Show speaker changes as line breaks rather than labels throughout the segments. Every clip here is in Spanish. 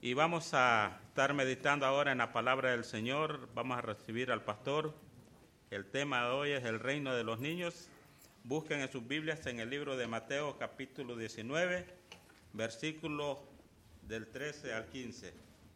Y vamos a estar meditando ahora en la palabra del Señor. Vamos a recibir al pastor. El tema de hoy es el reino de los niños. Busquen en sus Biblias en el libro de Mateo capítulo 19, versículos del 13 al 15.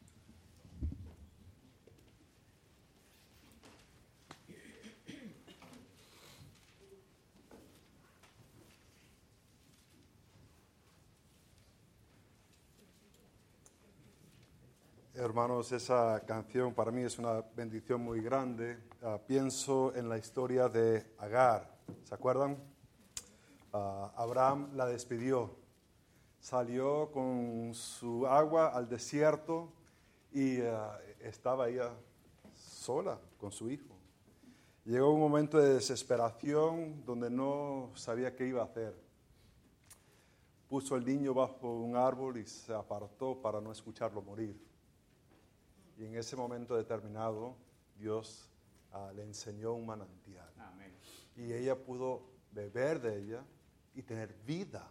Hermanos, esa canción para mí es una bendición muy grande. Pienso en la historia de Agar. ¿Se acuerdan? Abraham la despidió. Salió con su agua al desierto y estaba ella sola con su hijo. Llegó un momento de desesperación donde no sabía qué iba a hacer. Puso el niño bajo un árbol y se apartó para no escucharlo morir. Y en ese momento determinado, Dios le enseñó un manantial.
Amén.
Y ella pudo beber de ella y tener vida,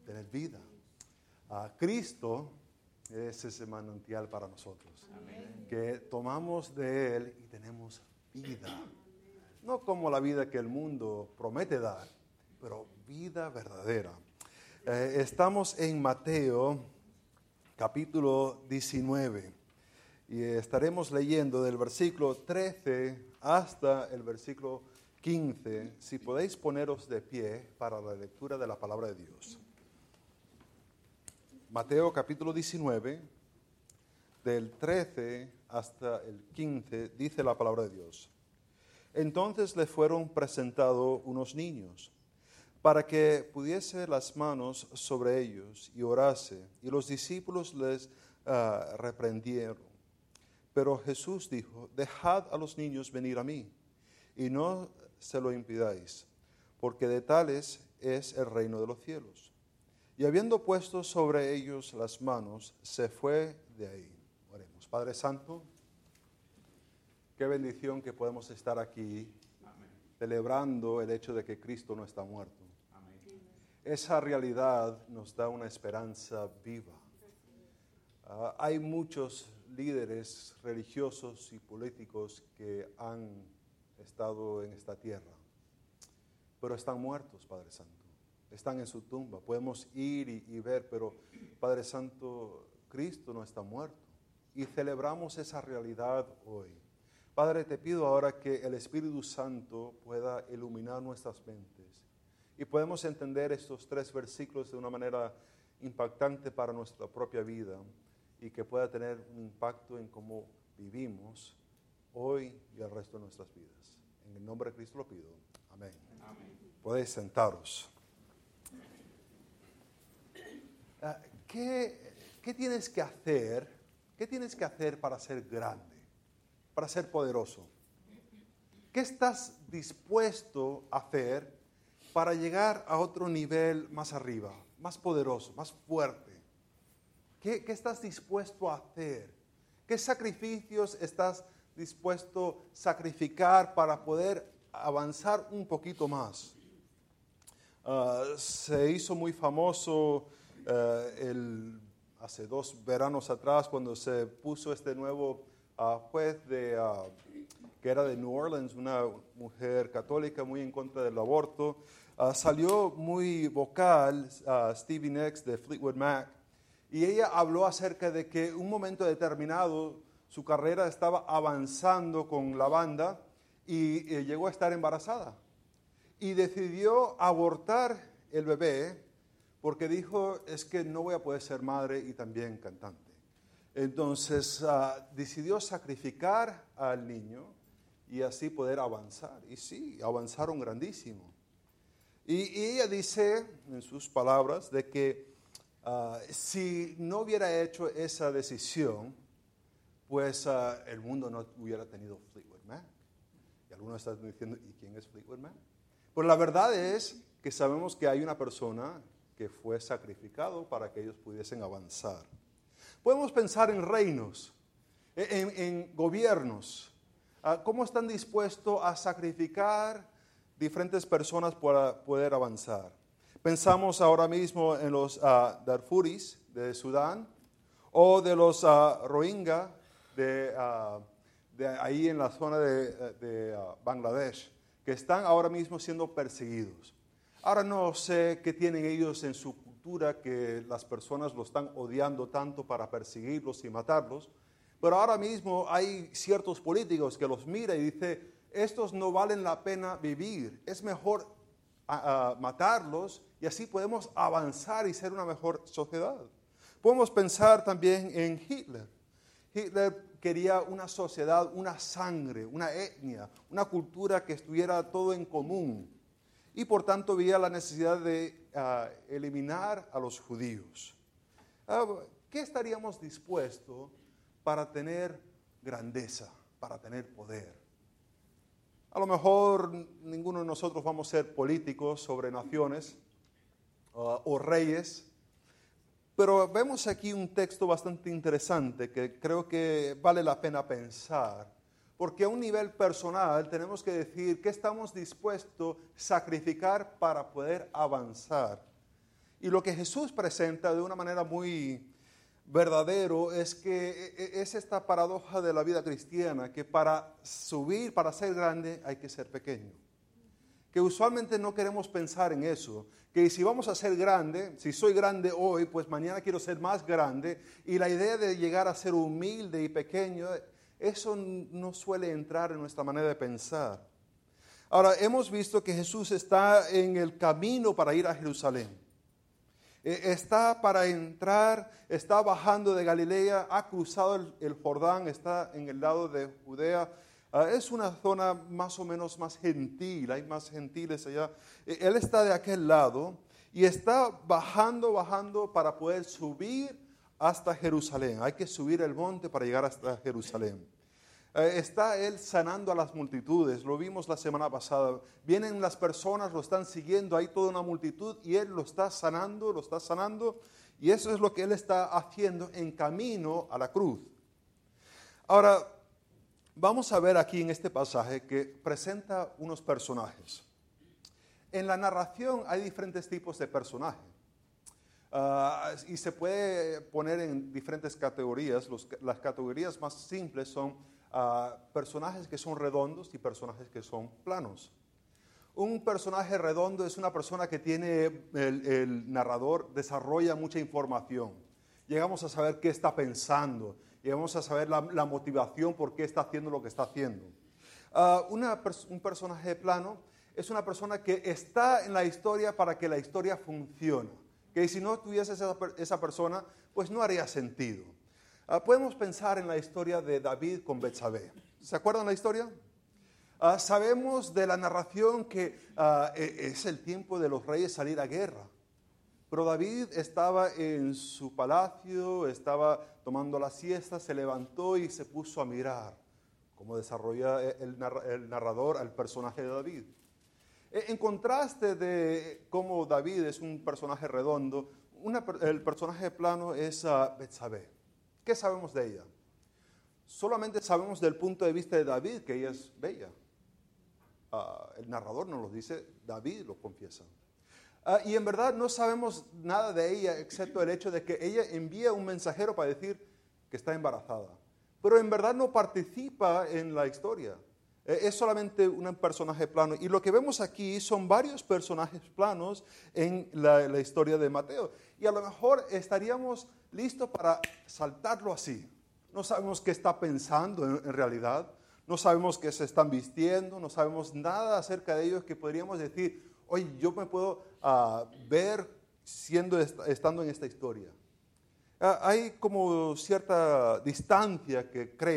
Cristo es ese manantial para nosotros.
Amén.
Que tomamos de Él y tenemos vida. No como la vida que el mundo promete dar, pero vida verdadera. Estamos en Mateo capítulo 19. Y estaremos leyendo del versículo 13 hasta el versículo 15. Si podéis poneros de pie para la lectura de la palabra de Dios. Mateo capítulo 19, del 13 hasta el 15, dice la palabra de Dios. Entonces le fueron presentados unos niños, para que pusiese las manos sobre ellos y orase, y los discípulos les reprendieron. Pero Jesús dijo, dejad a los niños venir a mí, y no se lo impidáis, porque de tales es el reino de los cielos. Y habiendo puesto sobre ellos las manos, se fue de ahí. Oremos. Padre Santo, qué bendición que podemos estar aquí, amén, celebrando el hecho de que Cristo no está muerto.
Amén.
Esa realidad nos da una esperanza viva. Hay muchos líderes religiosos y políticos que han estado en esta tierra, pero están muertos, Padre Santo. Están en su tumba. Podemos ir y ver, pero Padre Santo, Cristo no está muerto. Y celebramos esa realidad hoy. Padre, te pido ahora que el Espíritu Santo pueda iluminar nuestras mentes y podemos entender estos 3 versículos de una manera impactante para nuestra propia vida, y que pueda tener un impacto en cómo vivimos hoy y el resto de nuestras vidas. En el nombre de Cristo lo pido. Amén.
Amén.
Podéis sentaros. ¿Qué tienes que hacer? ¿Qué tienes que hacer para ser grande? Para ser poderoso. ¿Qué estás dispuesto a hacer para llegar a otro nivel más arriba, más poderoso, más fuerte? ¿Qué estás dispuesto a hacer? ¿Qué sacrificios estás dispuesto a sacrificar para poder avanzar un poquito más? Se hizo muy famoso hace 2 veranos atrás cuando se puso este nuevo juez que era de New Orleans, una mujer católica muy en contra del aborto. Salió muy vocal Stevie Nicks de Fleetwood Mac. Y ella habló acerca de que en un momento determinado su carrera estaba avanzando con la banda y llegó a estar embarazada. Y decidió abortar el bebé porque dijo, es que no voy a poder ser madre y también cantante. Entonces decidió sacrificar al niño y así poder avanzar. Y sí, avanzaron grandísimo. Y ella dice en sus palabras de que si no hubiera hecho esa decisión, pues el mundo no hubiera tenido Fleetwood Mac. Y algunos están diciendo, ¿y quién es Fleetwood Mac? Pues la verdad es que sabemos que hay una persona que fue sacrificado para que ellos pudiesen avanzar. Podemos pensar en reinos, en gobiernos. ¿Cómo están dispuestos a sacrificar diferentes personas para poder avanzar? Pensamos ahora mismo en los Darfuris de Sudán, o de los Rohingya de ahí en la zona de Bangladesh, que están ahora mismo siendo perseguidos. Ahora no sé qué tienen ellos en su cultura que las personas lo están odiando tanto para perseguirlos y matarlos, pero ahora mismo hay ciertos políticos que los miran y dicen, estos no valen la pena vivir, es mejor matarlos y así podemos avanzar y ser una mejor sociedad. Podemos pensar también en Hitler. Hitler quería una sociedad, una sangre, una etnia, una cultura que estuviera todo en común. Y por tanto veía la necesidad de eliminar a los judíos. ¿Qué estaríamos dispuestos para tener grandeza, para tener poder? A lo mejor ninguno de nosotros vamos a ser políticos sobre naciones o reyes, pero vemos aquí un texto bastante interesante que creo que vale la pena pensar, porque a un nivel personal tenemos que decir qué estamos dispuestos a sacrificar para poder avanzar. Y lo que Jesús presenta de una manera muy verdadero es que es esta paradoja de la vida cristiana, que para subir, para ser grande, hay que ser pequeño. Que usualmente no queremos pensar en eso, que si vamos a ser grande, si soy grande hoy, pues mañana quiero ser más grande, y la idea de llegar a ser humilde y pequeño, eso no suele entrar en nuestra manera de pensar. Ahora, hemos visto que Jesús está en el camino para ir a Jerusalén. Está para entrar, está bajando de Galilea, ha cruzado el Jordán, está en el lado de Judea. Es una zona más o menos más gentil, hay más gentiles allá. Él está de aquel lado y está bajando para poder subir hasta Jerusalén. Hay que subir el monte para llegar hasta Jerusalén. Está él sanando a las multitudes, lo vimos la semana pasada. Vienen las personas, lo están siguiendo, hay toda una multitud y él lo está sanando, y eso es lo que él está haciendo en camino a la cruz. Ahora, vamos a ver aquí en este pasaje que presenta unos personajes. En la narración hay diferentes tipos de personajes. Y se puede poner en diferentes categorías. Las categorías más simples son personajes que son redondos y personajes que son planos. Un personaje redondo es una persona que tiene, el narrador desarrolla mucha información. Llegamos a saber qué está pensando, llegamos a saber la motivación por qué está haciendo lo que está haciendo. Un personaje plano es una persona que está en la historia para que la historia funcione. Que si no tuviese esa persona, pues no haría sentido. Podemos pensar en la historia de David con Betsabé. ¿Se acuerdan la historia? Sabemos de la narración que es el tiempo de los reyes salir a guerra. Pero David estaba en su palacio, estaba tomando la siesta, se levantó y se puso a mirar cómo desarrolla el narrador al personaje de David. En contraste de cómo David es un personaje redondo, el personaje plano es Betsabé. ¿Qué sabemos de ella? Solamente sabemos del punto de vista de David que ella es bella. El narrador nos lo dice, David lo confiesa. Y en verdad no sabemos nada de ella excepto el hecho de que ella envía un mensajero para decir que está embarazada. Pero en verdad no participa en la historia. Es solamente un personaje plano. Y lo que vemos aquí son varios personajes planos en la historia de Mateo. Y a lo mejor estaríamos listos para saltarlo así. No sabemos qué está pensando en realidad. No sabemos qué se están vistiendo. No sabemos nada acerca de ellos que podríamos decir, oye, yo me puedo ver estando en esta historia. Hay como cierta distancia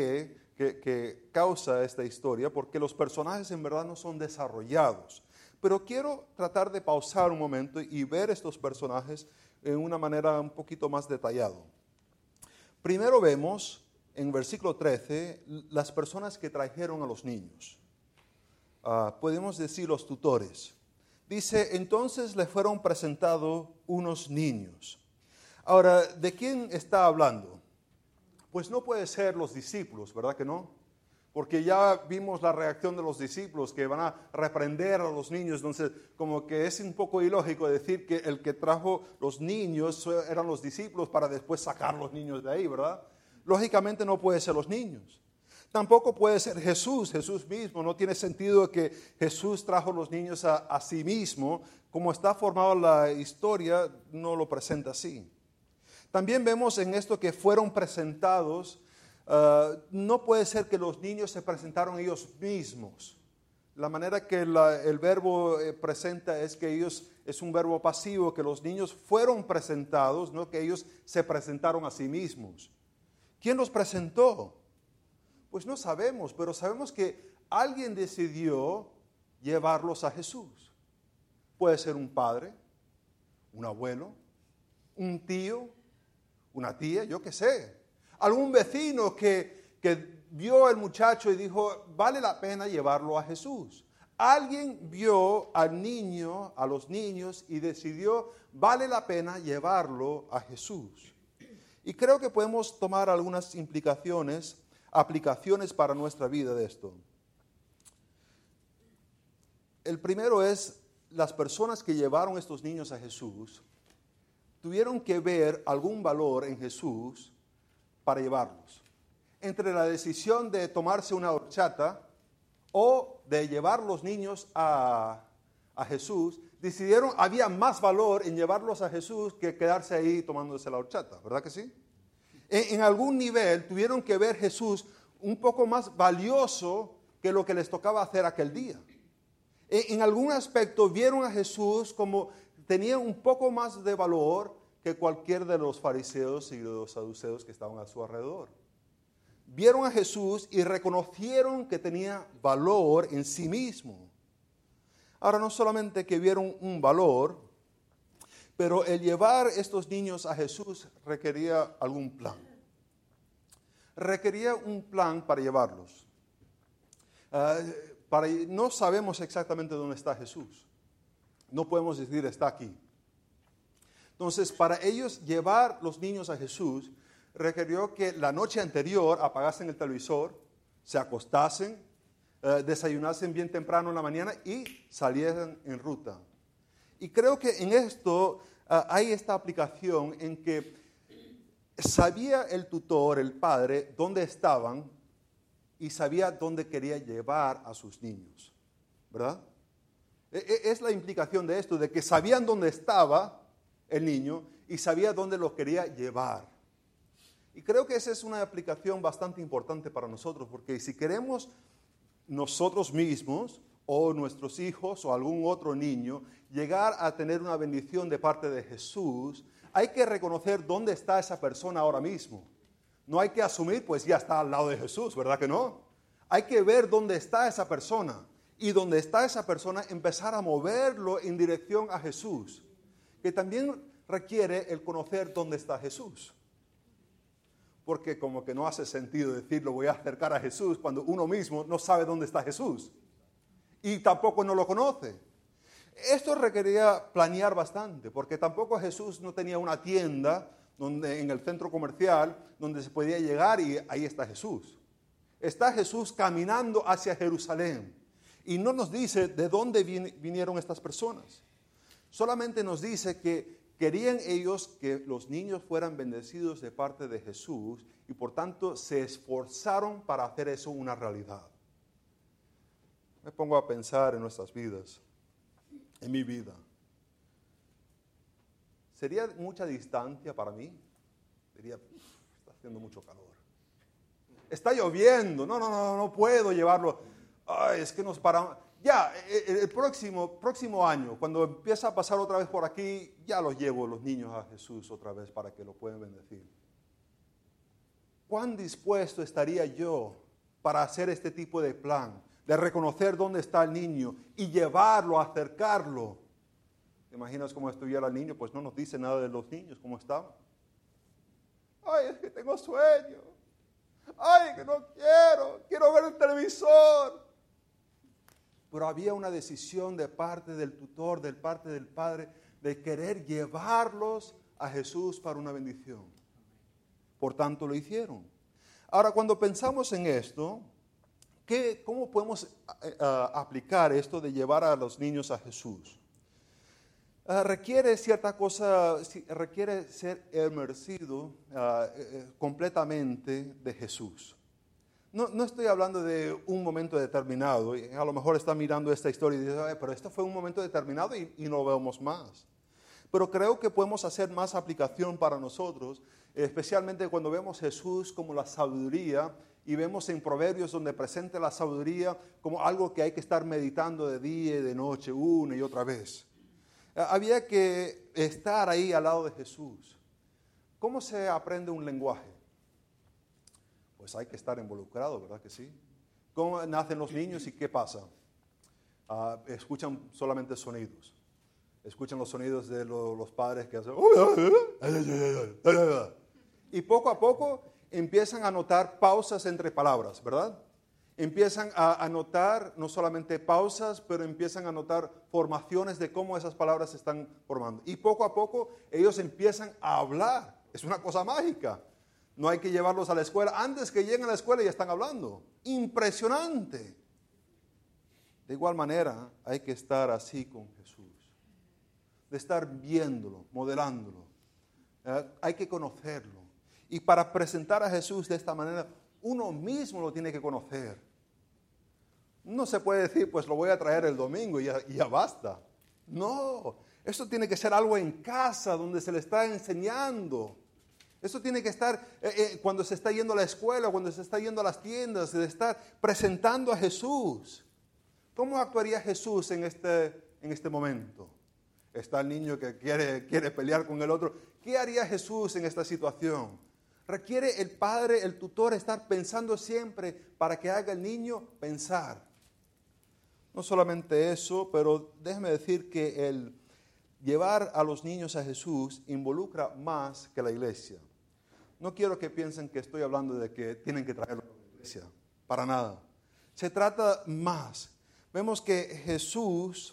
que causa esta historia, porque los personajes en verdad no son desarrollados. Pero quiero tratar de pausar un momento y ver estos personajes en una manera un poquito más detallada. Primero vemos en versículo 13 las personas que trajeron a los niños. Podemos decir los tutores. Dice, entonces le fueron presentados unos niños. Ahora, ¿de quién está hablando? Pues no puede ser los discípulos, ¿verdad que no? porque ya vimos la reacción de los discípulos que van a reprender a los niños. Entonces, como que es un poco ilógico decir que el que trajo los niños eran los discípulos para después sacar los niños de ahí, ¿verdad? Lógicamente no puede ser los niños. Tampoco puede ser Jesús mismo. No tiene sentido que Jesús trajo los niños a sí mismo. Como está formada la historia, no lo presenta así. También vemos en esto que fueron presentados. No puede ser que los niños se presentaron ellos mismos. La manera que el verbo presenta es que ellos, es un verbo pasivo, que los niños fueron presentados, no que ellos se presentaron a sí mismos. ¿Quién los presentó? Pues no sabemos, pero sabemos que alguien decidió llevarlos a Jesús. Puede ser un padre, un abuelo, un tío, una tía, yo qué sé. Algún vecino que vio al muchacho y dijo, vale la pena llevarlo a Jesús. Alguien vio al niño, a los niños, y decidió, vale la pena llevarlo a Jesús. Y creo que podemos tomar algunas aplicaciones para nuestra vida de esto. El primero es, las personas que llevaron a estos niños a Jesús tuvieron que ver algún valor en Jesús para llevarlos. Entre la decisión de tomarse una horchata o de llevar los niños a Jesús, decidieron, había más valor en llevarlos a Jesús que quedarse ahí tomándose la horchata, ¿verdad que sí? En algún nivel tuvieron que ver Jesús un poco más valioso que lo que les tocaba hacer aquel día. En algún aspecto vieron a Jesús como tenía un poco más de valor que cualquier de los fariseos y de los saduceos que estaban a su alrededor. Vieron a Jesús y reconocieron que tenía valor en sí mismo. Ahora, no solamente que vieron un valor, pero el llevar estos niños a Jesús requería algún plan. Requería un plan para llevarlos. No sabemos exactamente dónde está Jesús. No podemos decir está aquí. Entonces, para ellos llevar los niños a Jesús, requirió que la noche anterior apagasen el televisor, se acostasen, desayunasen bien temprano en la mañana y salieran en ruta. Y creo que en esto hay esta aplicación en que sabía el tutor, el padre, dónde estaban y sabía dónde quería llevar a sus niños, ¿verdad? Es la implicación de esto, de que sabían dónde estaba el niño y sabía dónde lo quería llevar. Y creo que esa es una aplicación bastante importante para nosotros, porque si queremos nosotros mismos o nuestros hijos o algún otro niño llegar a tener una bendición de parte de Jesús, hay que reconocer dónde está esa persona ahora mismo. No hay que asumir, pues ya está al lado de Jesús, ¿verdad que no? Hay que ver dónde está esa persona. Y donde está esa persona, empezar a moverlo en dirección a Jesús. Que también requiere el conocer dónde está Jesús. Porque como que no hace sentido decir, lo voy a acercar a Jesús cuando uno mismo no sabe dónde está Jesús. Y tampoco no lo conoce. Esto requería planear bastante, porque tampoco Jesús no tenía una tienda en el centro comercial donde se podía llegar y ahí está Jesús. Está Jesús caminando hacia Jerusalén. Y no nos dice de dónde vinieron estas personas. Solamente nos dice que querían ellos que los niños fueran bendecidos de parte de Jesús y por tanto se esforzaron para hacer eso una realidad. Me pongo a pensar en nuestras vidas, en mi vida. ¿Sería mucha distancia para mí? Diría, está haciendo mucho calor. Está lloviendo, no puedo llevarlo. Ay, es que nos paramos. Ya, el próximo año, cuando empieza a pasar otra vez por aquí, ya los llevo los niños a Jesús otra vez para que lo puedan bendecir. ¿Cuán dispuesto estaría yo para hacer este tipo de plan? De reconocer dónde está el niño y llevarlo, acercarlo. ¿Te imaginas cómo estuviera el niño? Pues no nos dice nada de los niños, cómo estaban. Ay, es que tengo sueño. Ay, que no quiero ver el televisor. Pero había una decisión de parte del tutor, de parte del padre, de querer llevarlos a Jesús para una bendición. Por tanto, lo hicieron. Ahora, cuando pensamos en esto, ¿Cómo podemos aplicar esto de llevar a los niños a Jesús? Requiere cierta cosa, requiere ser inmersido completamente de Jesús. No estoy hablando de un momento determinado. Y a lo mejor está mirando esta historia y dice, pero esto fue un momento determinado y no lo vemos más. Pero creo que podemos hacer más aplicación para nosotros, especialmente cuando vemos Jesús como la sabiduría y vemos en Proverbios donde presenta la sabiduría como algo que hay que estar meditando de día y de noche, una y otra vez. Había que estar ahí al lado de Jesús. ¿Cómo se aprende un lenguaje? Pues hay que estar involucrado, ¿verdad que sí? ¿Cómo nacen los niños y qué pasa? Escuchan solamente sonidos. Escuchan los sonidos de los padres que hacen... Y poco a poco empiezan a notar pausas entre palabras, ¿verdad? Empiezan a notar no solamente pausas, pero empiezan a notar formaciones de cómo esas palabras se están formando. Y poco a poco ellos empiezan a hablar. Es una cosa mágica. No hay que llevarlos a la escuela. Antes que lleguen a la escuela ya están hablando. Impresionante. De igual manera hay que estar así con Jesús. De estar viéndolo, modelándolo. Hay que conocerlo. Y para presentar a Jesús de esta manera, uno mismo lo tiene que conocer. No se puede decir, pues lo voy a traer el domingo y ya basta. No, esto tiene que ser algo en casa donde se le está enseñando. Esto tiene que estar cuando se está yendo a la escuela, cuando se está yendo a las tiendas, de estar presentando a Jesús. ¿Cómo actuaría Jesús en este momento? Está el niño que quiere pelear con el otro. ¿Qué haría Jesús en esta situación? Requiere el padre, el tutor, estar pensando siempre para que haga el niño pensar. No solamente eso, pero déjeme decir que el llevar a los niños a Jesús involucra más que la iglesia. No quiero que piensen que estoy hablando de que tienen que traerlo a la iglesia, para nada. Se trata más. Vemos que Jesús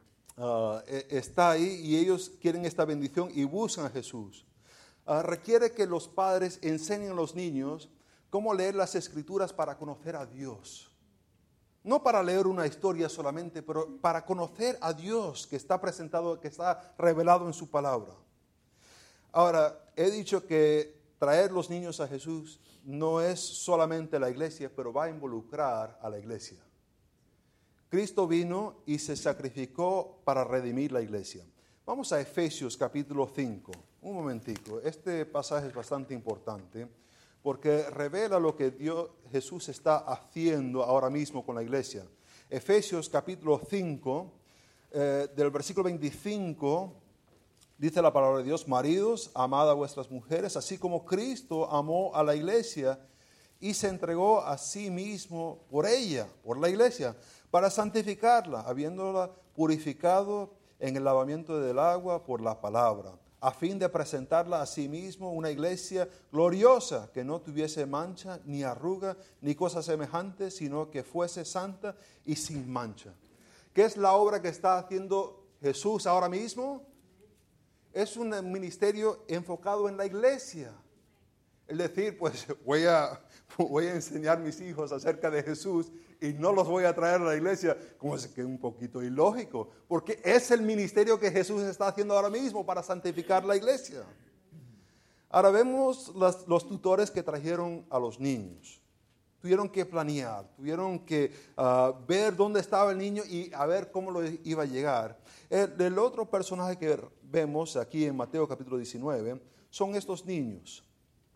está ahí y ellos quieren esta bendición y buscan a Jesús. Requiere que los padres enseñen a los niños cómo leer las Escrituras para conocer a Dios. No para leer una historia solamente, pero para conocer a Dios que está presentado, que está revelado en su palabra. Ahora, he dicho que traer los niños a Jesús no es solamente la iglesia, pero va a involucrar a la iglesia. Cristo vino y se sacrificó para redimir la iglesia. Vamos a Efesios capítulo 5. Un momentico. Este pasaje es bastante importante porque revela lo que Jesús está haciendo ahora mismo con la iglesia. Efesios capítulo 5, del versículo 25, dice la palabra de Dios: maridos, amad a vuestras mujeres, así como Cristo amó a la iglesia y se entregó a sí mismo por ella, por la iglesia, para santificarla, habiéndola purificado en el lavamiento del agua por la palabra, a fin de presentarla a sí mismo una iglesia gloriosa, que no tuviese mancha, ni arruga, ni cosa semejante, sino que fuese santa y sin mancha. ¿Qué es la obra que está haciendo Jesús ahora mismo? Es un ministerio enfocado en la iglesia. Es decir, pues voy a enseñar a mis hijos acerca de Jesús y no los voy a traer a la iglesia, como es que es un poquito ilógico, porque es el ministerio que Jesús está haciendo ahora mismo para santificar la iglesia. Ahora vemos los tutores que trajeron a los niños. Tuvieron que planear, tuvieron que ver dónde estaba el niño y a ver cómo lo iba a llegar. El otro personaje que vemos aquí en Mateo capítulo 19 son estos niños.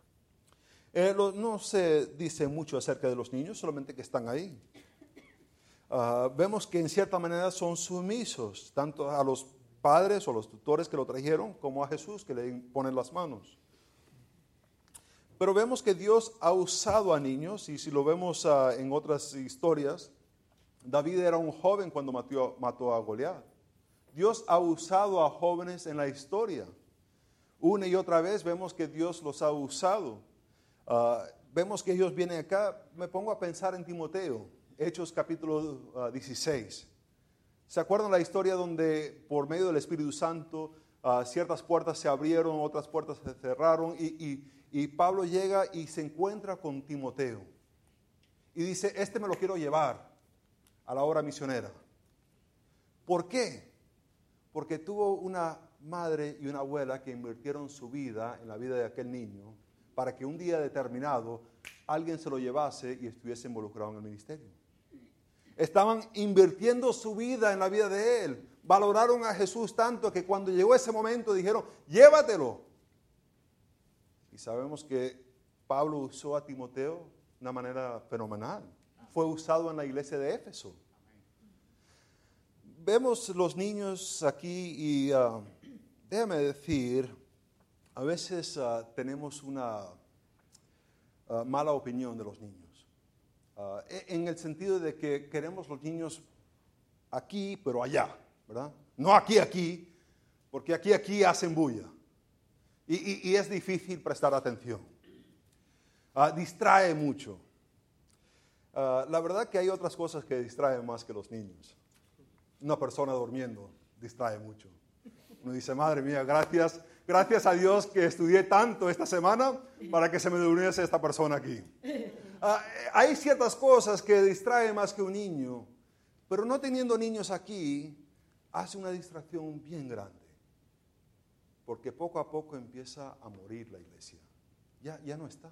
No se dice mucho acerca de los niños, solamente que están ahí. Vemos que en cierta manera son sumisos, tanto a los padres o los tutores que lo trajeron, como a Jesús que le ponen las manos. Pero vemos que Dios ha usado a niños, y si lo vemos en otras historias, David era un joven cuando mató a Goliat. Dios ha usado a jóvenes en la historia. Una y otra vez vemos que Dios los ha usado. Vemos que ellos vienen acá. Me pongo a pensar en Timoteo, Hechos capítulo 16. ¿Se acuerdan la historia donde por medio del Espíritu Santo ciertas puertas se abrieron, otras puertas se cerraron y Pablo llega y se encuentra con Timoteo? y dice, este me lo quiero llevar a la obra misionera. ¿Por qué? Porque tuvo una madre y una abuela que invirtieron su vida en la vida de aquel niño para que un día determinado alguien se lo llevase y estuviese involucrado en el ministerio. Estaban invirtiendo su vida en la vida de él. Valoraron a Jesús tanto que cuando llegó ese momento dijeron, llévatelo. Y sabemos que Pablo usó a Timoteo de una manera fenomenal. Fue usado en la iglesia de Éfeso. Vemos los niños aquí y déjame decir, a veces tenemos una mala opinión de los niños. En el sentido de que queremos los niños aquí, pero allá, ¿verdad? No aquí, porque aquí hacen bulla. Y es difícil prestar atención. Distrae mucho. La verdad que hay otras cosas que distraen más que los niños. Una persona durmiendo distrae mucho. Uno dice, madre mía, gracias a Dios que estudié tanto esta semana para que se me durmiese esta persona aquí. Hay ciertas cosas que distraen más que un niño, pero no teniendo niños aquí, hace una distracción bien grande. Porque poco a poco empieza a morir la iglesia. Ya no está.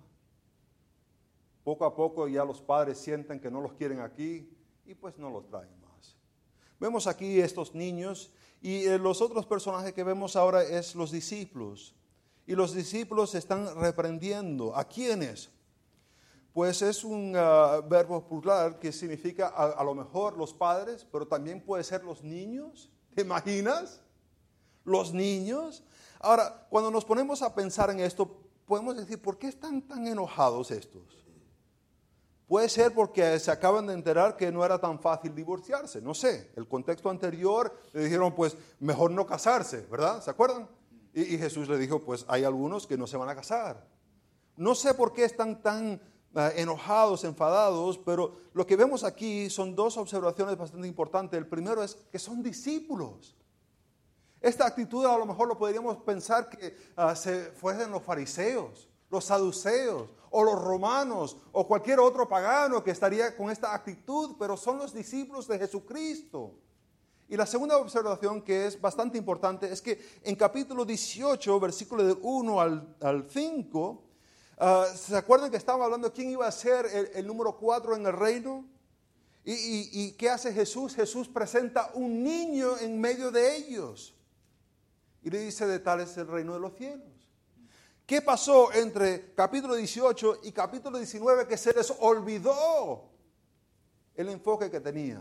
Poco a poco ya los padres sienten que no los quieren aquí y pues no los traen más. Vemos aquí estos niños y los otros personajes que vemos ahora es los discípulos. Y los discípulos están reprendiendo. ¿A quiénes? Pues es un verbo plural que significa a lo mejor los padres, pero también puede ser los niños. ¿Te imaginas? Los niños. Ahora, cuando nos ponemos a pensar en esto, podemos decir, ¿por qué están tan enojados estos? Puede ser porque se acaban de enterar que no era tan fácil divorciarse. No sé, el contexto anterior le dijeron, pues, mejor no casarse, ¿verdad? ¿Se acuerdan? Y Jesús le dijo, pues, hay algunos que no se van a casar. No sé por qué están tan enojados, enfadados, pero lo que vemos aquí son dos observaciones bastante importantes. El primero es que son discípulos. Esta actitud a lo mejor lo podríamos pensar que se fuesen los fariseos, los saduceos o los romanos o cualquier otro pagano que estaría con esta actitud, pero son los discípulos de Jesucristo. Y la segunda observación que es bastante importante es que en capítulo 18, versículo del 1 al 5, ¿se acuerdan que estaba hablando quién iba a ser el número 4 en el reino? ¿Y qué hace Jesús? Jesús presenta un niño en medio de ellos. Y le dice, de tal es el reino de los cielos. ¿Qué pasó entre capítulo 18 y capítulo 19 que se les olvidó el enfoque que tenía?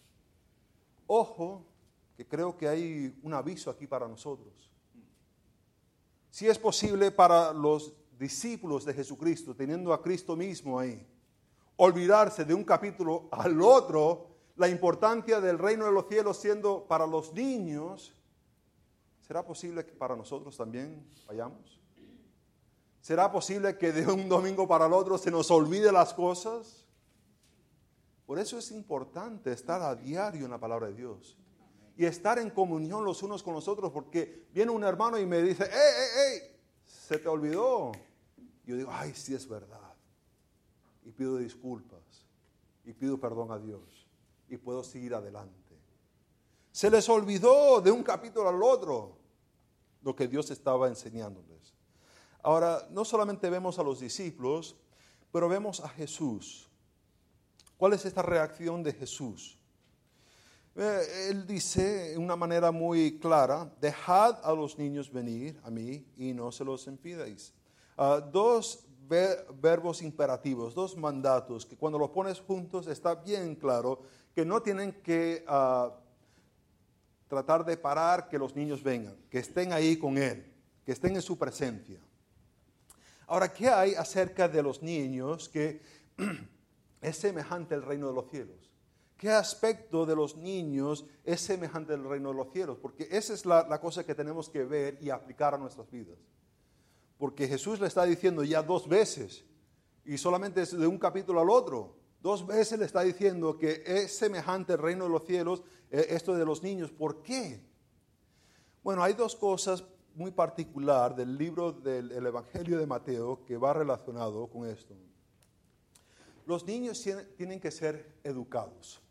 Ojo, que creo que hay un aviso aquí para nosotros. Si es posible para los discípulos de Jesucristo, teniendo a Cristo mismo ahí, olvidarse de un capítulo al otro, la importancia del reino de los cielos siendo para los niños, ¿será posible que para nosotros también vayamos? ¿Será posible que de un domingo para el otro se nos olvide las cosas? Por eso es importante estar a diario en la palabra de Dios y estar en comunión los unos con los otros, porque viene un hermano y me dice, ¡Ey! ¿Se te olvidó? Y yo digo, ¡ay, sí es verdad! Y pido disculpas y pido perdón a Dios y puedo seguir adelante. Se les olvidó de un capítulo al otro lo que Dios estaba enseñándoles. Ahora, no solamente vemos a los discípulos, pero vemos a Jesús. ¿Cuál es esta reacción de Jesús? Él dice de una manera muy clara, dejad a los niños venir a mí y no se los impidáis. Dos verbos imperativos, dos mandatos, que cuando los pones juntos está bien claro que no tienen que tratar de parar que los niños vengan, que estén ahí con Él, que estén en su presencia. Ahora, ¿qué hay acerca de los niños que es semejante al reino de los cielos? ¿Qué aspecto de los niños es semejante al reino de los cielos? Porque esa es la cosa que tenemos que ver y aplicar a nuestras vidas. Porque Jesús le está diciendo ya 2 veces, y solamente es de un capítulo al otro, 2 veces le está diciendo que es semejante al reino de los cielos, esto de los niños. ¿Por qué? Bueno, hay 2 cosas muy particulares del libro del Evangelio de Mateo que va relacionado con esto. Los niños tienen que ser educados.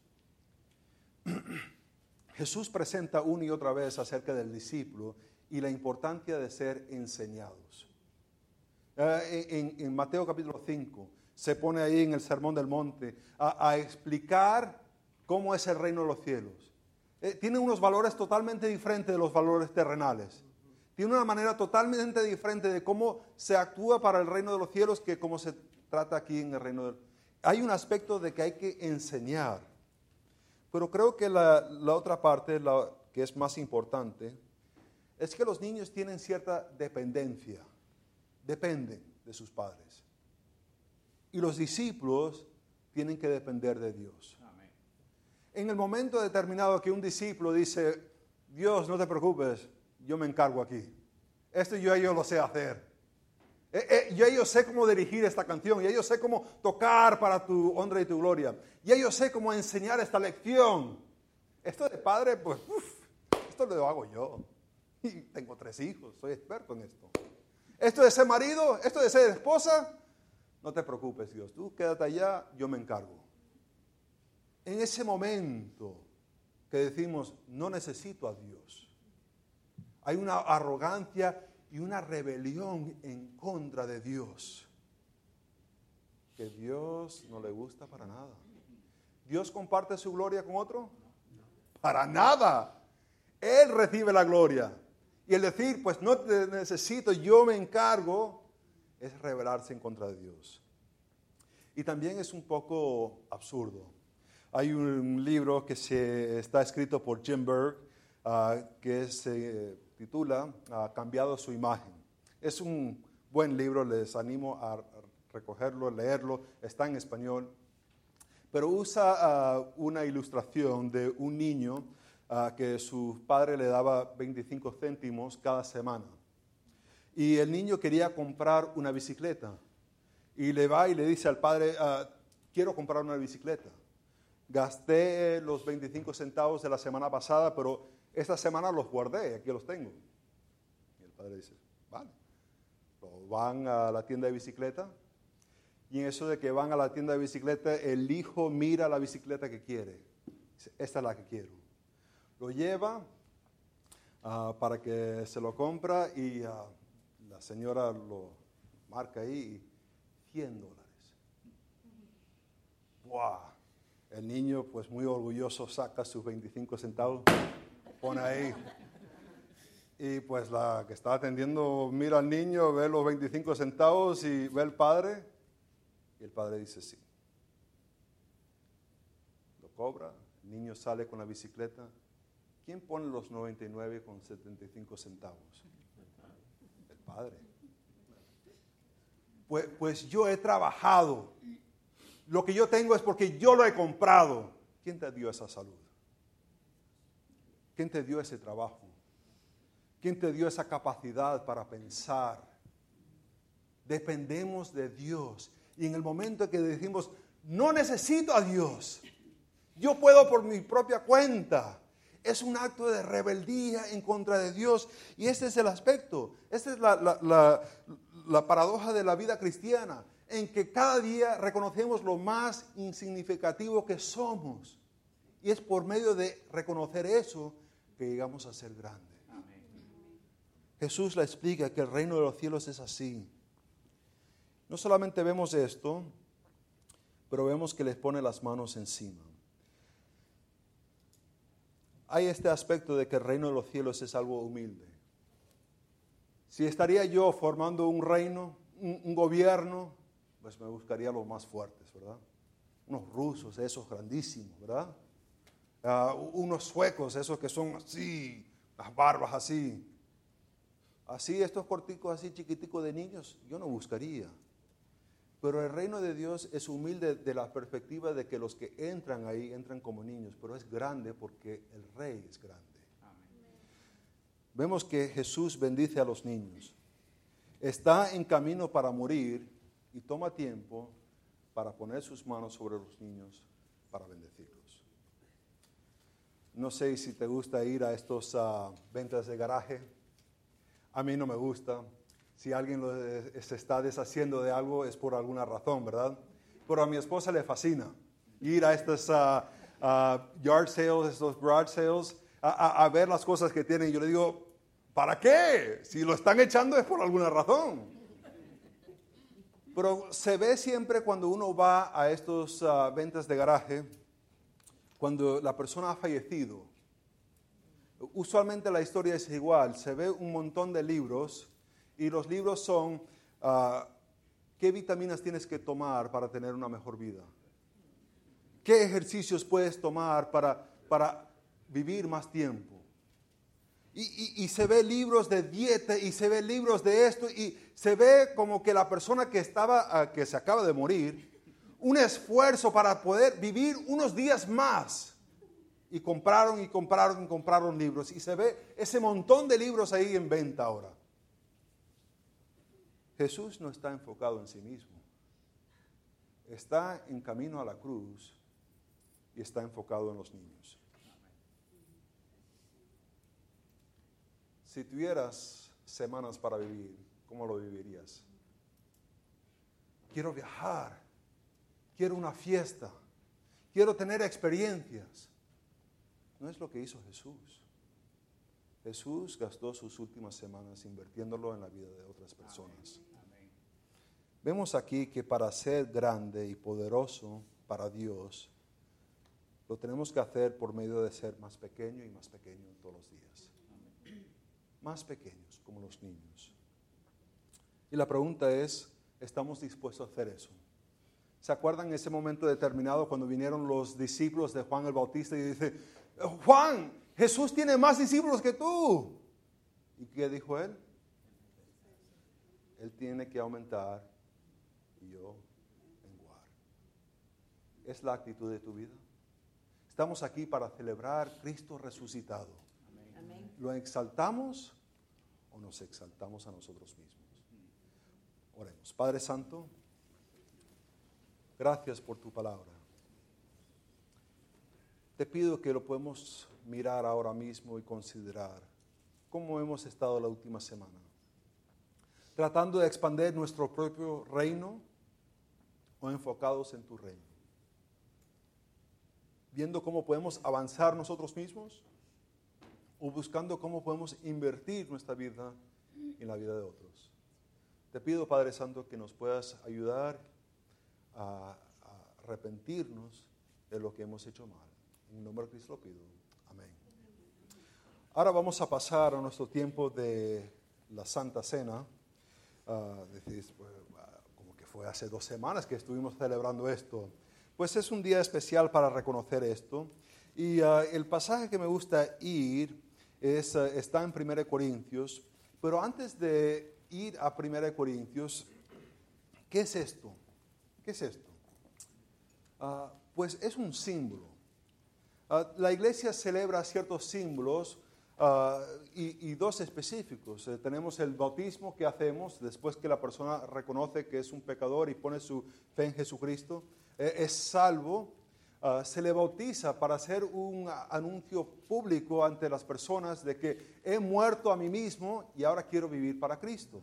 Jesús presenta una y otra vez acerca del discípulo y la importancia de ser enseñados. En Mateo capítulo 5 se pone ahí en el Sermón del Monte a explicar cómo es el reino de los cielos. Tiene unos valores totalmente diferentes de los valores terrenales. Tiene una manera totalmente diferente de cómo se actúa para el reino de los cielos que cómo se trata aquí en el reino del... Hay un aspecto de que hay que enseñar. Pero creo que la otra parte, que es más importante, es que los niños tienen cierta dependencia. Dependen de sus padres. Y los discípulos tienen que depender de Dios. Amén. En el momento determinado que un discípulo dice, Dios, no te preocupes, yo me encargo aquí. Esto yo lo sé hacer. Yo sé cómo dirigir esta canción, yo sé cómo tocar para tu honra y tu gloria, yo sé cómo enseñar esta lección. Esto de padre, pues, esto lo hago yo. Y tengo 3 hijos, soy experto en esto. Esto de ser marido, esto de ser esposa, no te preocupes, Dios, tú quédate allá, yo me encargo. En ese momento que decimos, no necesito a Dios, hay una arrogancia y una rebelión en contra de Dios, que Dios no le gusta para nada. ¿Dios comparte su gloria con otro? Para nada. Él recibe la gloria. Y el decir, pues no te necesito, yo me encargo, es rebelarse en contra de Dios. Y también es un poco absurdo. Hay un libro que está escrito por Jim Berg, que se titula Cambiado su imagen. Es un buen libro, les animo a recogerlo, leerlo, está en español. Pero usa una ilustración de un niño que su padre le daba 25 céntimos cada semana. Y el niño quería comprar una bicicleta. Y le va y le dice al padre, quiero comprar una bicicleta. Gasté los 25 centavos de la semana pasada, pero esta semana los guardé, aquí los tengo. Y el padre dice, vale. Van a la tienda de bicicleta. Y en eso de que van a la tienda de bicicleta, el hijo mira la bicicleta que quiere. Dice, esta es la que quiero. Lo lleva para que se lo compra y la señora lo marca ahí, $100. ¡Wow! El niño, pues muy orgulloso, saca sus 25 centavos, pone ahí. Y pues la que está atendiendo mira al niño, ve los 25 centavos y ve al padre. Y el padre dice sí. Lo cobra, el niño sale con la bicicleta. ¿Quién pone los 99,75 centavos? El padre. Pues yo he trabajado. Lo que yo tengo es porque yo lo he comprado. ¿Quién te dio esa salud? ¿Quién te dio ese trabajo? ¿Quién te dio esa capacidad para pensar? Dependemos de Dios. Y en el momento que decimos, no necesito a Dios, yo puedo por mi propia cuenta, es un acto de rebeldía en contra de Dios. Y este es el aspecto, esta es la paradoja de la vida cristiana, en que cada día reconocemos lo más insignificativo que somos. Y es por medio de reconocer eso que llegamos a ser grandes. Jesús le explica que el reino de los cielos es así. No solamente vemos esto, pero vemos que les pone las manos encima. Hay este aspecto de que el reino de los cielos es algo humilde. Si estaría yo formando un reino, un gobierno, pues me buscaría los más fuertes, ¿verdad? Unos rusos, esos grandísimos, ¿verdad? Unos suecos, esos que son así, las barbas así. Así, estos corticos así chiquiticos de niños, yo no buscaría. Pero el reino de Dios es humilde de la perspectiva de que los que entran ahí entran como niños, pero es grande porque el rey es grande. Amén. Vemos que Jesús bendice a los niños. Está en camino para morir y toma tiempo para poner sus manos sobre los niños para bendecirlos. No sé si te gusta ir a estos ventas de garaje. A mí no me gusta. Si alguien se está deshaciendo de algo es por alguna razón, ¿verdad? pero a mi esposa le fascina ir a estos yard sales, estos garage sales, a ver las cosas que tienen. Yo le digo, ¿para qué? Si lo están echando es por alguna razón. Pero se ve siempre cuando uno va a estos ventas de garaje, cuando la persona ha fallecido. Usualmente la historia es igual, se ve un montón de libros y los libros son ¿qué vitaminas tienes que tomar para tener una mejor vida? ¿Qué ejercicios puedes tomar para vivir más tiempo? Y se ve libros de dieta y se ve libros de esto y se ve como que la persona que se acaba de morir, un esfuerzo para poder vivir unos días más. Y compraron libros. Y se ve ese montón de libros ahí en venta ahora. Jesús no está enfocado en sí mismo. Está en camino a la cruz y está enfocado en los niños. Si tuvieras semanas para vivir, ¿cómo lo vivirías? Quiero viajar. Quiero una fiesta. Quiero tener experiencias. No es lo que hizo Jesús. Jesús gastó sus últimas semanas invirtiéndolo en la vida de otras personas. Amén. Vemos aquí que para ser grande y poderoso para Dios, lo tenemos que hacer por medio de ser más pequeño y más pequeño todos los días. Amén. Más pequeños, como los niños. Y la pregunta es, ¿estamos dispuestos a hacer eso? ¿Se acuerdan ese momento determinado cuando vinieron los discípulos de Juan el Bautista y dice, Juan, Jesús tiene más discípulos que tú? ¿Y qué dijo él? Él tiene que aumentar y yo menguar. ¿Es la actitud de tu vida? Estamos aquí para celebrar Cristo resucitado. Amén. ¿Lo exaltamos o nos exaltamos a nosotros mismos? Oremos. Padre Santo, gracias por tu palabra. Te pido que lo podemos mirar ahora mismo y considerar cómo hemos estado la última semana. Tratando de expandir nuestro propio reino o enfocados en tu reino. Viendo cómo podemos avanzar nosotros mismos o buscando cómo podemos invertir nuestra vida en la vida de otros. Te pido, Padre Santo, que nos puedas ayudar a arrepentirnos de lo que hemos hecho mal. En el nombre de Cristo lo pido. Amén. Ahora vamos a pasar a nuestro tiempo de la Santa Cena. Como que fue hace 2 semanas que estuvimos celebrando esto. Pues es un día especial para reconocer esto. Y el pasaje que me gusta ir está en 1 Corintios. Pero antes de ir a 1 Corintios, ¿qué es esto? ¿Qué es esto? Pues es un símbolo. La iglesia celebra ciertos símbolos y 2 específicos. Tenemos el bautismo que hacemos después que la persona reconoce que es un pecador y pone su fe en Jesucristo. Es salvo. Se le bautiza para hacer un anuncio público ante las personas de que he muerto a mí mismo y ahora quiero vivir para Cristo.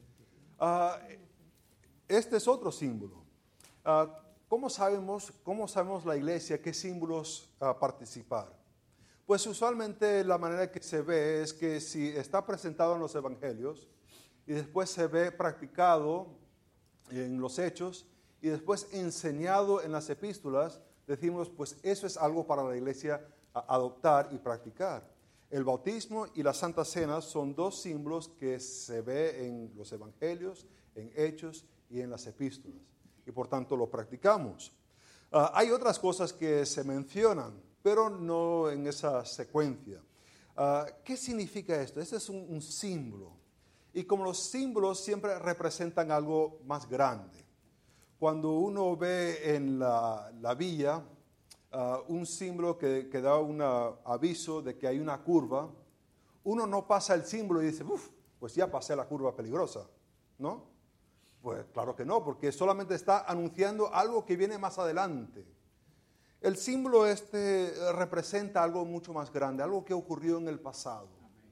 Este es otro símbolo. ¿Cómo sabemos la iglesia qué símbolos participar? Pues usualmente la manera que se ve es que si está presentado en los evangelios y después se ve practicado en los hechos y después enseñado en las epístolas, decimos pues eso es algo para la iglesia adoptar y practicar. El bautismo y la Santa Cena son 2 símbolos que se ve en los evangelios, en hechos y en las epístolas. Y por tanto lo practicamos. Hay otras cosas que se mencionan, pero no en esa secuencia. ¿Qué significa esto? Este es un símbolo. Y como los símbolos siempre representan algo más grande. Cuando uno ve en la villa un símbolo que da un aviso de que hay una curva, uno no pasa el símbolo y dice, pues ya pasé la curva peligrosa, ¿no? Pues claro que no, porque solamente está anunciando algo que viene más adelante. El símbolo representa algo mucho más grande, algo que ocurrió en el pasado.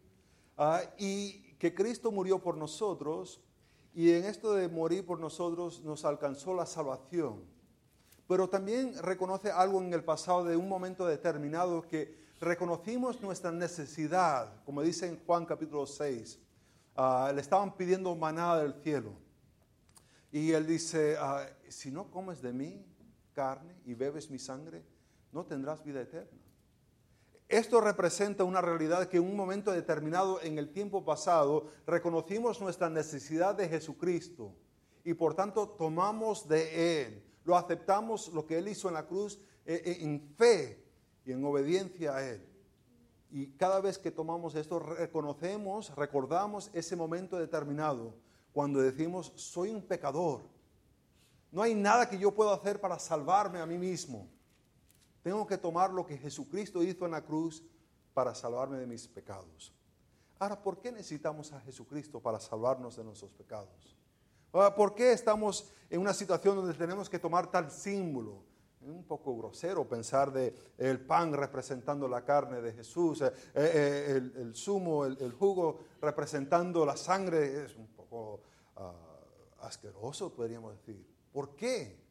Y que Cristo murió por nosotros, y en esto de morir por nosotros nos alcanzó la salvación. pero también reconoce algo en el pasado de un momento determinado que reconocimos nuestra necesidad, como dice en Juan capítulo 6, le estaban pidiendo maná del cielo. Y él dice, si no comes de mi carne y bebes mi sangre, no tendrás vida eterna. Esto representa una realidad que en un momento determinado en el tiempo pasado reconocimos nuestra necesidad de Jesucristo y por tanto tomamos de Él, lo aceptamos lo que Él hizo en la cruz en fe y en obediencia a Él. Y cada vez que tomamos esto reconocemos, recordamos ese momento determinado cuando decimos soy un pecador, no hay nada que yo pueda hacer para salvarme a mí mismo. Tengo que tomar lo que Jesucristo hizo en la cruz para salvarme de mis pecados. Ahora, ¿por qué necesitamos a Jesucristo para salvarnos de nuestros pecados? ¿Por qué estamos en una situación donde tenemos que tomar tal símbolo? Es un poco grosero pensar de el pan representando la carne de Jesús, el zumo, el jugo representando la sangre. Es un poco asqueroso, podríamos decir. ¿Por qué?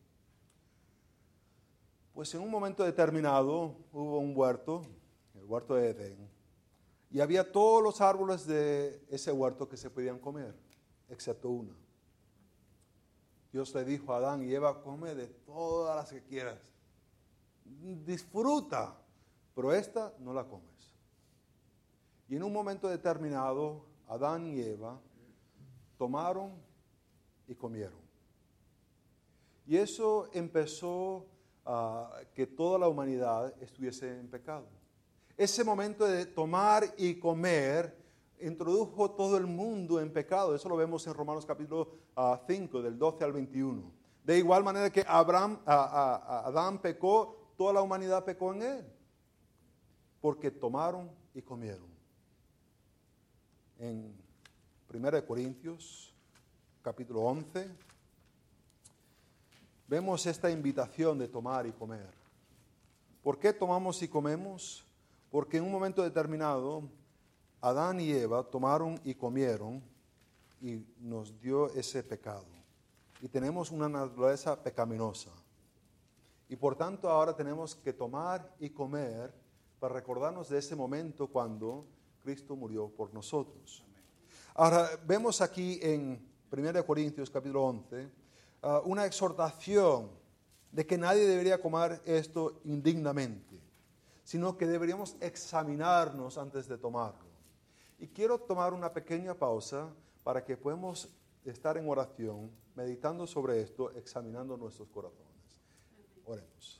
Pues en un momento determinado hubo un huerto, el huerto de Edén, y había todos los árboles de ese huerto que se podían comer, excepto uno. Dios le dijo a Adán y Eva, come de todas las que quieras, disfruta, pero esta no la comes. Y en un momento determinado, Adán y Eva tomaron y comieron. Y eso empezó que toda la humanidad estuviese en pecado. Ese momento de tomar y comer introdujo todo el mundo en pecado. Eso lo vemos en Romanos capítulo 5, del 12 al 21. De igual manera que Adán pecó, toda la humanidad pecó en él, porque tomaron y comieron. En 1 Corintios capítulo 11, vemos esta invitación de tomar y comer. ¿Por qué tomamos y comemos? Porque en un momento determinado, Adán y Eva tomaron y comieron y nos dio ese pecado. Y tenemos una naturaleza pecaminosa. Y por tanto ahora tenemos que tomar y comer para recordarnos de ese momento cuando Cristo murió por nosotros. Ahora, vemos aquí en 1 Corintios capítulo 11, una exhortación de que nadie debería comer esto indignamente, sino que deberíamos examinarnos antes de tomarlo. Y quiero tomar una pequeña pausa para que podamos estar en oración, meditando sobre esto, examinando nuestros corazones. Oremos.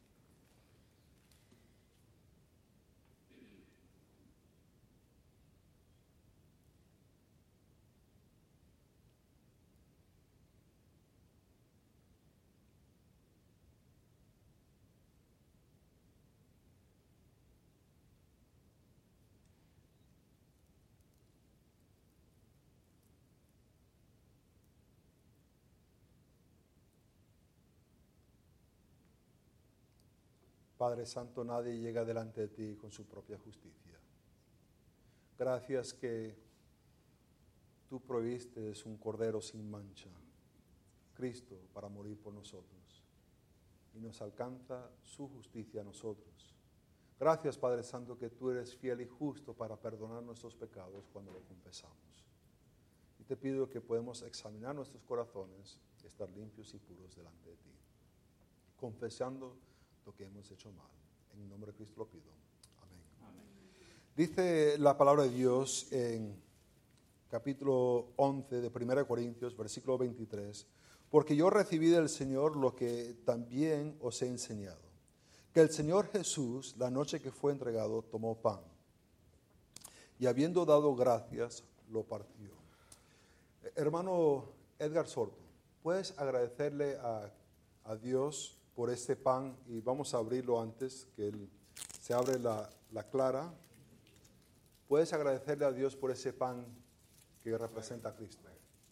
Padre Santo, nadie llega delante de ti con su propia justicia. Gracias que tú proviste un cordero sin mancha, Cristo, para morir por nosotros. Y nos alcanza su justicia a nosotros. Gracias, Padre Santo, que tú eres fiel y justo para perdonar nuestros pecados cuando lo confesamos. Y te pido que podamos examinar nuestros corazones y estar limpios y puros delante de ti, confesando lo que hemos hecho mal. En el nombre de Cristo lo pido. Amén. Amén. Dice la palabra de Dios en capítulo 11 de 1 Corintios, versículo 23, porque yo recibí del Señor lo que también os he enseñado, que el Señor Jesús, la noche que fue entregado, tomó pan, y habiendo dado gracias, lo partió. Hermano Edgar Sorto, ¿puedes agradecerle a Dios por este pan? Y vamos a abrirlo antes que se abre la clara. ¿Puedes agradecerle a Dios por ese pan que representa a Cristo?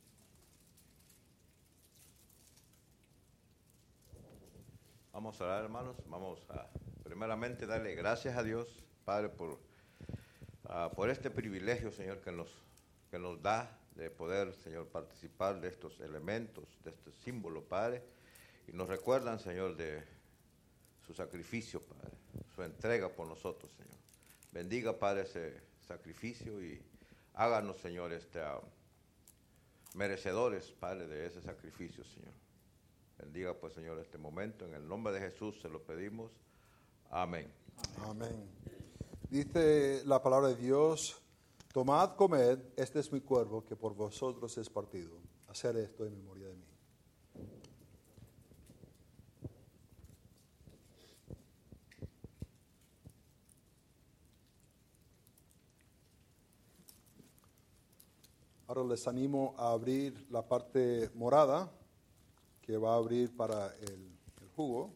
Vamos a orar, hermanos. Vamos a primeramente darle gracias a Dios, Padre, por este privilegio, Señor, que nos da de poder, Señor, participar de estos elementos, de este símbolo, Padre. y nos recuerdan, Señor, de su sacrificio, Padre, su entrega por nosotros, Señor. Bendiga, Padre, ese sacrificio y háganos, Señor, merecedores, Padre, de ese sacrificio, Señor. Bendiga, pues, Señor, este momento. En el nombre de Jesús se lo pedimos. Amén.
Amén. Dice la palabra de Dios: tomad, comed, este es mi cuerpo que por vosotros es partido. Hacer esto en memoria de mí. Ahora les animo a abrir la parte morada que va a abrir para el jugo.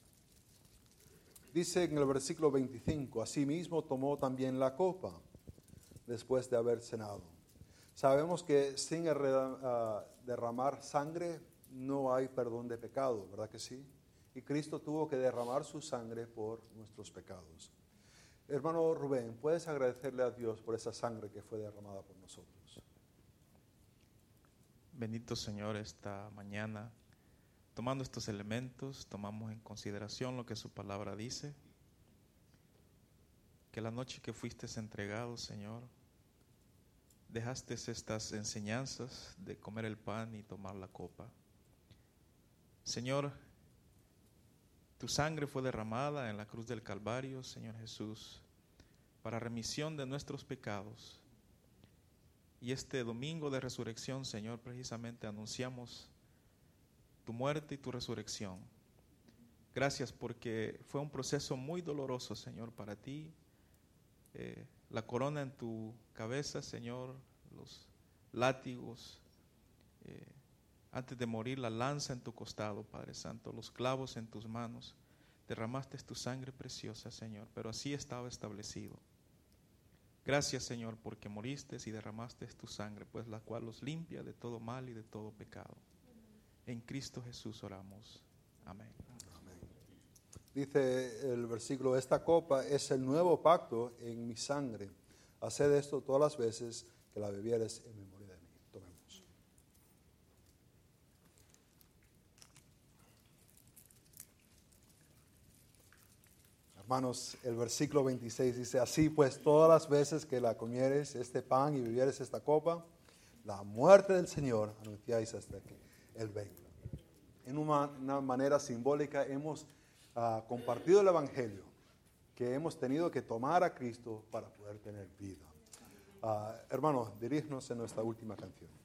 Dice en el versículo 25: asimismo tomó también la copa después de haber cenado. Sabemos que sin derramar sangre no hay perdón de pecado, ¿verdad que sí? Y Cristo tuvo que derramar su sangre por nuestros pecados. Hermano Rubén, ¿puedes agradecerle a Dios por esa sangre que fue derramada por nosotros?
Bendito Señor, esta mañana, tomando estos elementos, tomamos en consideración lo que su palabra dice, que la noche que fuiste entregado, Señor, dejaste estas enseñanzas de comer el pan y tomar la copa. Señor, tu sangre fue derramada en la cruz del Calvario, Señor Jesús, para remisión de nuestros pecados. Y este domingo de resurrección, Señor, precisamente anunciamos tu muerte y tu resurrección. Gracias porque fue un proceso muy doloroso, Señor, para ti. La corona en tu cabeza, Señor, los látigos, antes de morir la lanza en tu costado, Padre Santo, los clavos en tus manos. Derramaste tu sangre preciosa, Señor, pero así estaba establecido. Gracias, Señor, porque moriste y derramaste tu sangre, pues la cual los limpia de todo mal y de todo pecado. En Cristo Jesús oramos. Amén.
Amén. Dice el versículo: esta copa es el nuevo pacto en mi sangre. Haced esto todas las veces que la bebieres en memoria de mí. Tomemos. Hermanos, el versículo 26 dice: así pues, todas las veces que la comieres este pan y bebieres esta copa, la muerte del Señor anunciáis hasta que Él venga. En una manera simbólica hemos compartido el Evangelio, que hemos tenido que tomar a Cristo para poder tener vida. Hermanos, dirígenos en nuestra última canción.